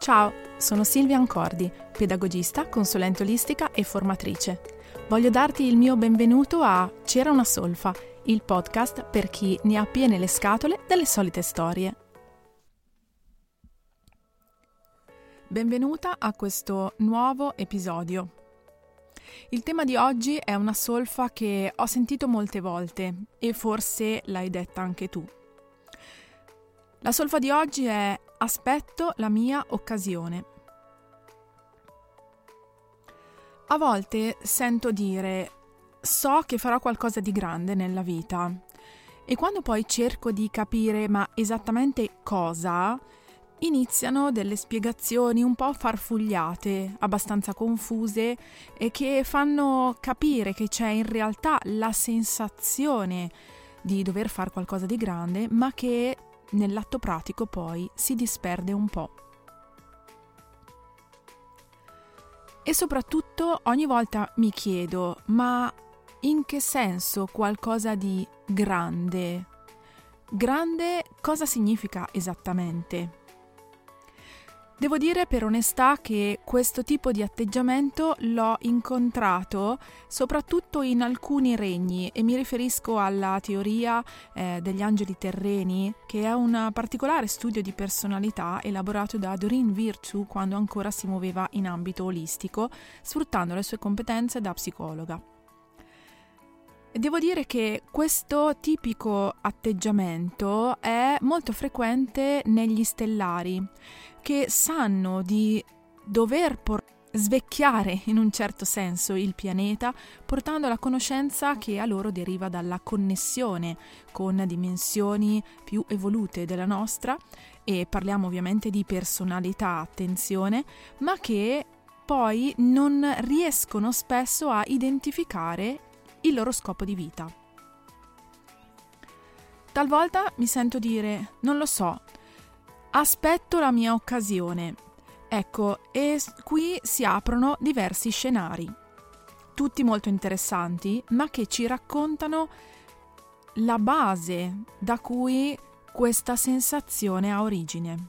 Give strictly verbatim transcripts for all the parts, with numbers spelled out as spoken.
Ciao, sono Silvia Ancordi, pedagogista, consulente olistica e formatrice. Voglio darti il mio benvenuto a C'era una solfa, il podcast per chi ne ha piene le scatole delle solite storie. Benvenuta a questo nuovo episodio. Il tema di oggi è una solfa che ho sentito molte volte e forse l'hai detta anche tu. La solfa di oggi è aspetto la mia occasione. A volte sento dire so che farò qualcosa di grande nella vita e quando poi cerco di capire ma esattamente cosa, iniziano delle spiegazioni un po' farfugliate, abbastanza confuse e che fanno capire che c'è in realtà la sensazione di dover fare qualcosa di grande, ma che nell'atto pratico poi si disperde un po'. E soprattutto ogni volta mi chiedo, ma in che senso qualcosa di grande? Grande cosa significa esattamente? Devo dire per onestà che questo tipo di atteggiamento l'ho incontrato soprattutto in alcuni regni e mi riferisco alla teoria eh, degli angeli terreni, che è un particolare studio di personalità elaborato da Doreen Virtue quando ancora si muoveva in ambito olistico, sfruttando le sue competenze da psicologa. E devo dire che questo tipico atteggiamento è molto frequente negli stellari, che sanno di dover por- svecchiare in un certo senso il pianeta, portando la conoscenza che a loro deriva dalla connessione con dimensioni più evolute della nostra, e parliamo ovviamente di personalità, attenzione, ma che poi non riescono spesso a identificare il loro scopo di vita. Talvolta mi sento dire, non lo so, aspetto la mia occasione. Ecco, e qui si aprono diversi scenari, tutti molto interessanti, ma che ci raccontano la base da cui questa sensazione ha origine.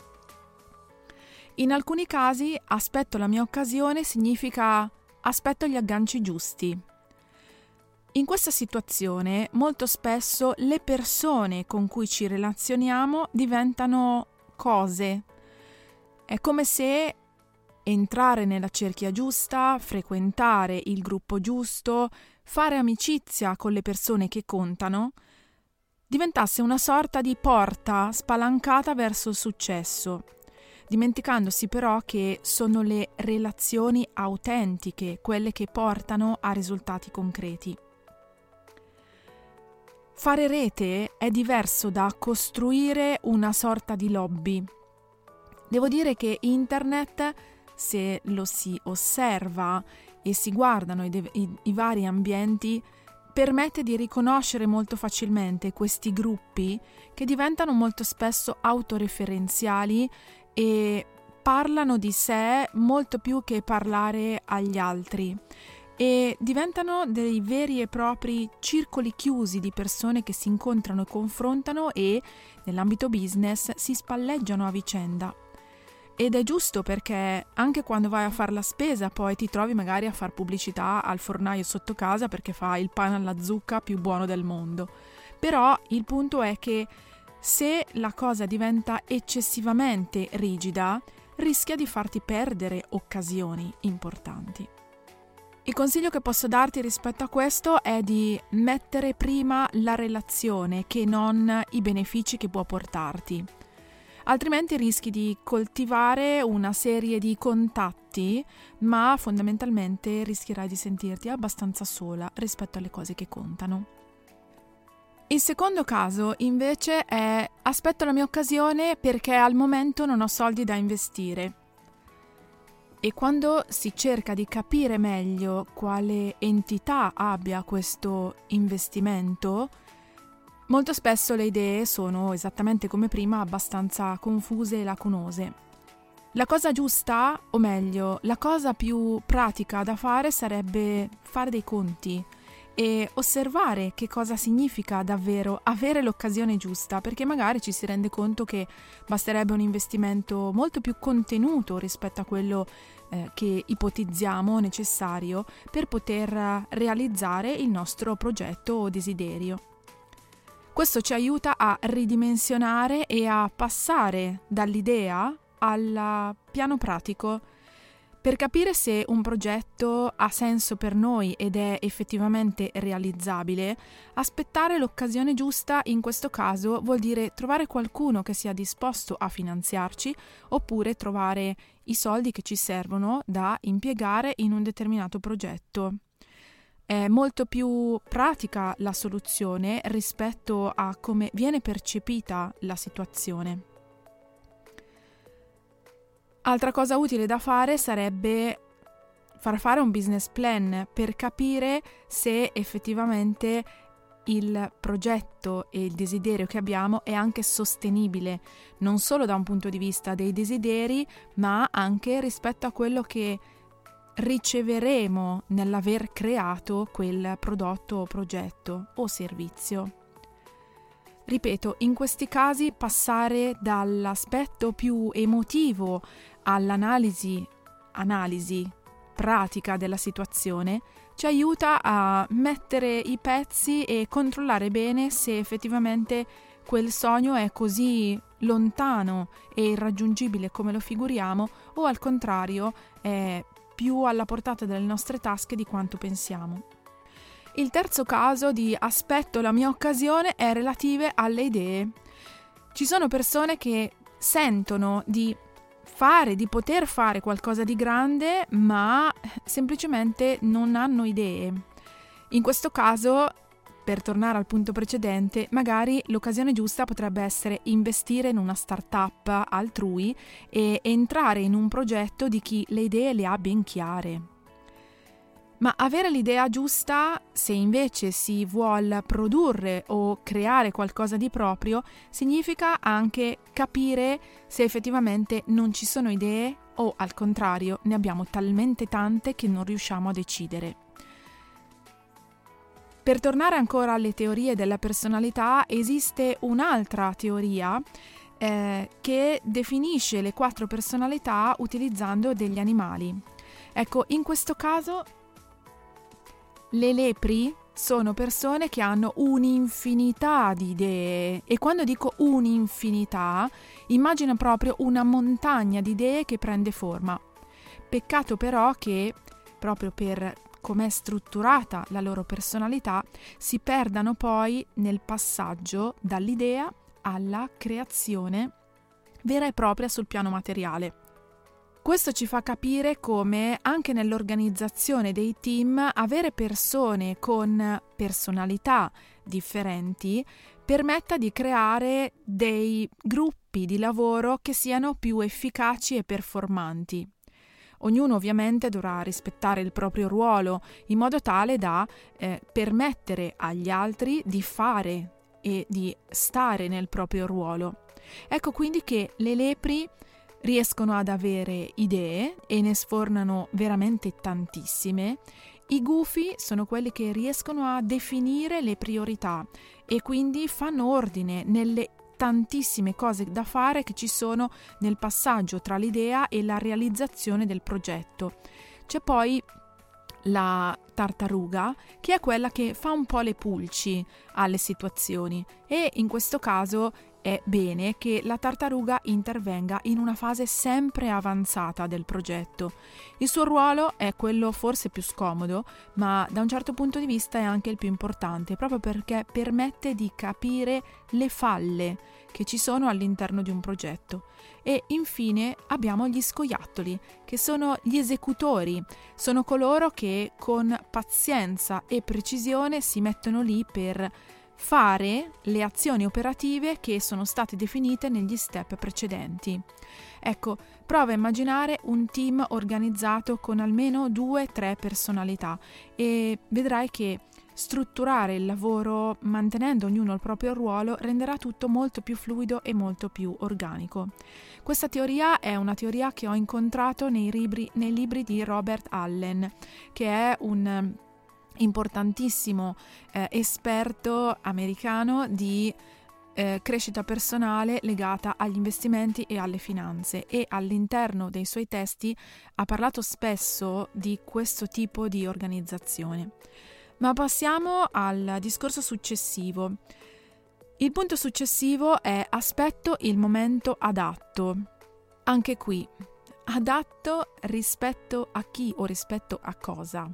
In alcuni casi, aspetto la mia occasione significa aspetto gli agganci giusti. In questa situazione, molto spesso le persone con cui ci relazioniamo diventano cose. È come se entrare nella cerchia giusta, frequentare il gruppo giusto, fare amicizia con le persone che contano, diventasse una sorta di porta spalancata verso il successo, dimenticandosi però che sono le relazioni autentiche quelle che portano a risultati concreti. Fare rete è diverso da costruire una sorta di lobby. Devo dire che internet, se lo si osserva e si guardano i, de- i, i vari ambienti, permette di riconoscere molto facilmente questi gruppi che diventano molto spesso autoreferenziali e parlano di sé molto più che parlare agli altri. E diventano dei veri e propri circoli chiusi di persone che si incontrano e confrontano e, nell'ambito business, si spalleggiano a vicenda. Ed è giusto, perché anche quando vai a fare la spesa poi ti trovi magari a far pubblicità al fornaio sotto casa perché fa il pane alla zucca più buono del mondo. Però il punto è che se la cosa diventa eccessivamente rigida, rischia di farti perdere occasioni importanti. Il consiglio che posso darti rispetto a questo è di mettere prima la relazione che non i benefici che può portarti. Altrimenti rischi di coltivare una serie di contatti, ma fondamentalmente rischierai di sentirti abbastanza sola rispetto alle cose che contano. Il secondo caso invece è aspetto la mia occasione perché al momento non ho soldi da investire. E quando si cerca di capire meglio quale entità abbia questo investimento, molto spesso le idee sono, esattamente come prima, abbastanza confuse e lacunose. La cosa giusta, o meglio, la cosa più pratica da fare sarebbe fare dei conti e osservare che cosa significa davvero avere l'occasione giusta, perché magari ci si rende conto che basterebbe un investimento molto più contenuto rispetto a quello eh, che ipotizziamo necessario per poter realizzare il nostro progetto o desiderio. Questo ci aiuta a ridimensionare e a passare dall'idea al piano pratico per capire se un progetto ha senso per noi ed è effettivamente realizzabile. Aspettare l'occasione giusta in questo caso vuol dire trovare qualcuno che sia disposto a finanziarci oppure trovare i soldi che ci servono da impiegare in un determinato progetto. È molto più pratica la soluzione rispetto a come viene percepita la situazione. Altra cosa utile da fare sarebbe far fare un business plan per capire se effettivamente il progetto e il desiderio che abbiamo è anche sostenibile, non solo da un punto di vista dei desideri, ma anche rispetto a quello che riceveremo nell'aver creato quel prodotto o progetto o servizio. Ripeto, in questi casi passare dall'aspetto più emotivo all'analisi analisi pratica della situazione ci aiuta a mettere i pezzi e controllare bene se effettivamente quel sogno è così lontano e irraggiungibile come lo figuriamo o al contrario è più alla portata delle nostre tasche di quanto pensiamo. Il terzo caso di aspetto la mia occasione è relative alle idee. Ci sono persone che sentono di fare, di poter fare qualcosa di grande, ma semplicemente non hanno idee. In questo caso, per tornare al punto precedente, magari l'occasione giusta potrebbe essere investire in una startup altrui e entrare in un progetto di chi le idee le ha ben chiare. Ma avere l'idea giusta, se invece si vuol produrre o creare qualcosa di proprio, significa anche capire se effettivamente non ci sono idee o, al contrario, ne abbiamo talmente tante che non riusciamo a decidere. Per tornare ancora alle teorie della personalità, esiste un'altra teoria eh, che definisce le quattro personalità utilizzando degli animali. Ecco, in questo caso le lepri sono persone che hanno un'infinità di idee e quando dico un'infinità immagino proprio una montagna di idee che prende forma. Peccato però che proprio per come è strutturata la loro personalità si perdano poi nel passaggio dall'idea alla creazione vera e propria sul piano materiale. Questo ci fa capire come anche nell'organizzazione dei team avere persone con personalità differenti permetta di creare dei gruppi di lavoro che siano più efficaci e performanti. Ognuno ovviamente dovrà rispettare il proprio ruolo in modo tale da eh, permettere agli altri di fare e di stare nel proprio ruolo. Ecco quindi che le lepri riescono ad avere idee e ne sfornano veramente tantissime. I gufi sono quelli che riescono a definire le priorità e quindi fanno ordine nelle tantissime cose da fare che ci sono nel passaggio tra l'idea e la realizzazione del progetto. C'è poi la tartaruga, che è quella che fa un po' le pulci alle situazioni e in questo caso è bene che la tartaruga intervenga in una fase sempre avanzata del progetto. Il suo ruolo è quello forse più scomodo, ma da un certo punto di vista è anche il più importante, proprio perché permette di capire le falle che ci sono all'interno di un progetto. E infine abbiamo gli scoiattoli, che sono gli esecutori, sono coloro che con pazienza e precisione si mettono lì per fare le azioni operative che sono state definite negli step precedenti. Ecco, prova a immaginare un team organizzato con almeno due o tre personalità e vedrai che strutturare il lavoro mantenendo ognuno il proprio ruolo renderà tutto molto più fluido e molto più organico. Questa teoria è una teoria che ho incontrato nei libri, nei libri di Robert Allen, che è un importantissimo eh, esperto americano di eh, crescita personale legata agli investimenti e alle finanze, e all'interno dei suoi testi ha parlato spesso di questo tipo di organizzazione. Ma passiamo al discorso successivo. Il punto successivo è: aspetto il momento adatto. Anche qui, adatto rispetto a chi o rispetto a cosa?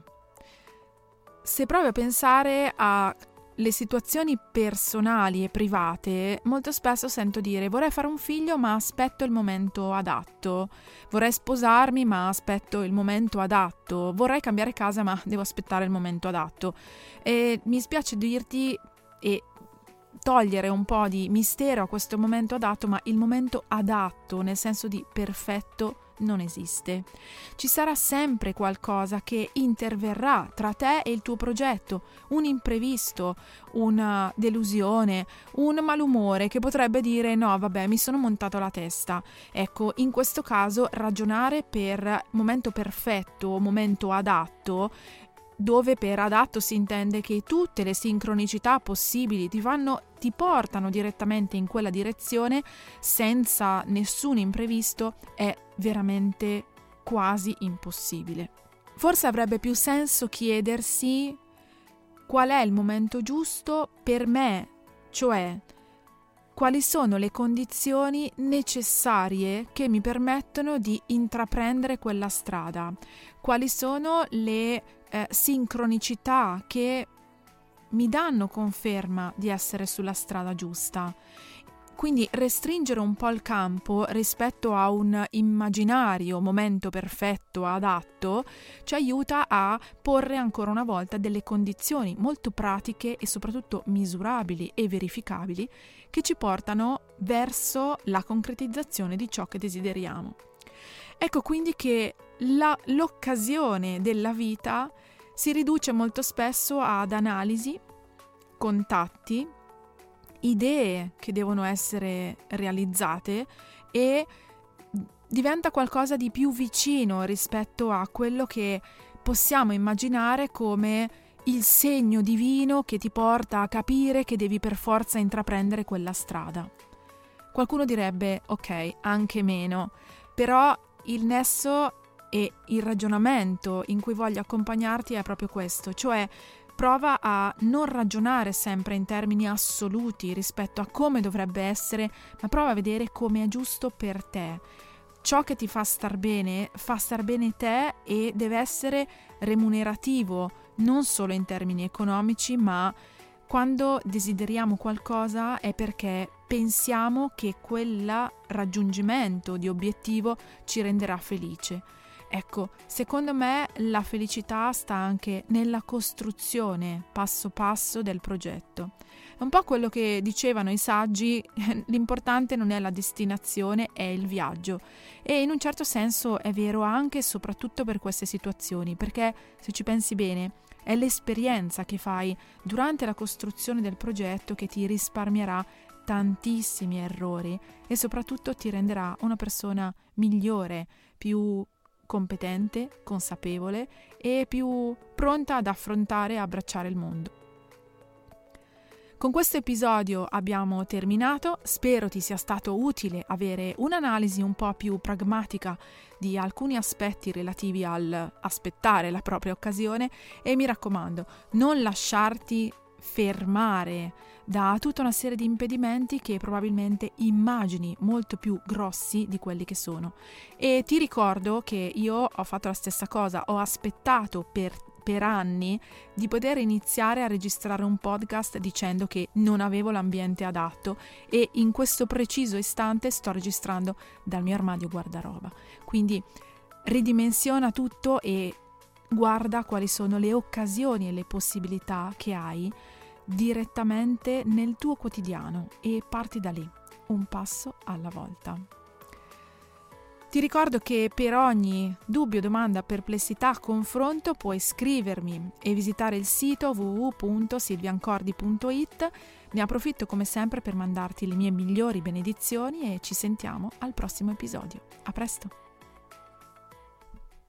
Se provi a pensare alle situazioni personali e private, molto spesso sento dire: vorrei fare un figlio ma aspetto il momento adatto, vorrei sposarmi ma aspetto il momento adatto, vorrei cambiare casa ma devo aspettare il momento adatto. E mi spiace dirti e togliere un po' di mistero a questo momento adatto, ma il momento adatto, nel senso di perfetto, non esiste. Ci sarà sempre qualcosa che interverrà tra te e il tuo progetto, un imprevisto, una delusione, un malumore che potrebbe dire: no, vabbè, mi sono montato la testa. Ecco, in questo caso ragionare per momento perfetto, momento adatto, dove per adatto si intende che tutte le sincronicità possibili ti fanno, ti portano direttamente in quella direzione senza nessun imprevisto, è veramente quasi impossibile. Forse avrebbe più senso chiedersi qual è il momento giusto per me, cioè quali sono le condizioni necessarie che mi permettono di intraprendere quella strada, quali sono le eh, sincronicità che mi danno conferma di essere sulla strada giusta. Quindi restringere un po' il campo rispetto a un immaginario momento perfetto, adatto, ci aiuta a porre ancora una volta delle condizioni molto pratiche e soprattutto misurabili e verificabili che ci portano verso la concretizzazione di ciò che desideriamo. Ecco quindi che la, l'occasione della vita si riduce molto spesso ad analisi, contatti, idee che devono essere realizzate, e diventa qualcosa di più vicino rispetto a quello che possiamo immaginare come il segno divino che ti porta a capire che devi per forza intraprendere quella strada. Qualcuno direbbe: ok, anche meno, però il nesso e il ragionamento in cui voglio accompagnarti è proprio questo, cioè prova a non ragionare sempre in termini assoluti rispetto a come dovrebbe essere, ma prova a vedere come è giusto per te. Ciò che ti fa star bene, fa star bene te e deve essere remunerativo, non solo in termini economici, ma quando desideriamo qualcosa è perché pensiamo che quel raggiungimento di obiettivo ci renderà felice. Ecco, secondo me la felicità sta anche nella costruzione passo passo del progetto. È un po' quello che dicevano i saggi: l'importante non è la destinazione, è il viaggio. E in un certo senso è vero anche e soprattutto per queste situazioni, perché se ci pensi bene è l'esperienza che fai durante la costruzione del progetto che ti risparmierà tantissimi errori e soprattutto ti renderà una persona migliore, più competente, consapevole e più pronta ad affrontare e abbracciare il mondo. Con questo episodio abbiamo terminato, spero ti sia stato utile avere un'analisi un po' più pragmatica di alcuni aspetti relativi al aspettare la propria occasione, e mi raccomando, non lasciarti fermare da tutta una serie di impedimenti che probabilmente immagini molto più grossi di quelli che sono. E ti ricordo che io ho fatto la stessa cosa, ho aspettato per, per anni di poter iniziare a registrare un podcast dicendo che non avevo l'ambiente adatto, e in questo preciso istante sto registrando dal mio armadio guardaroba. Quindi ridimensiona tutto e guarda quali sono le occasioni e le possibilità che hai direttamente nel tuo quotidiano e parti da lì, un passo alla volta. Ti ricordo che per ogni dubbio, domanda, perplessità, confronto puoi scrivermi e visitare il sito w w w punto silviancordi punto i t. Ne approfitto come sempre per mandarti le mie migliori benedizioni e ci sentiamo al prossimo episodio. A presto!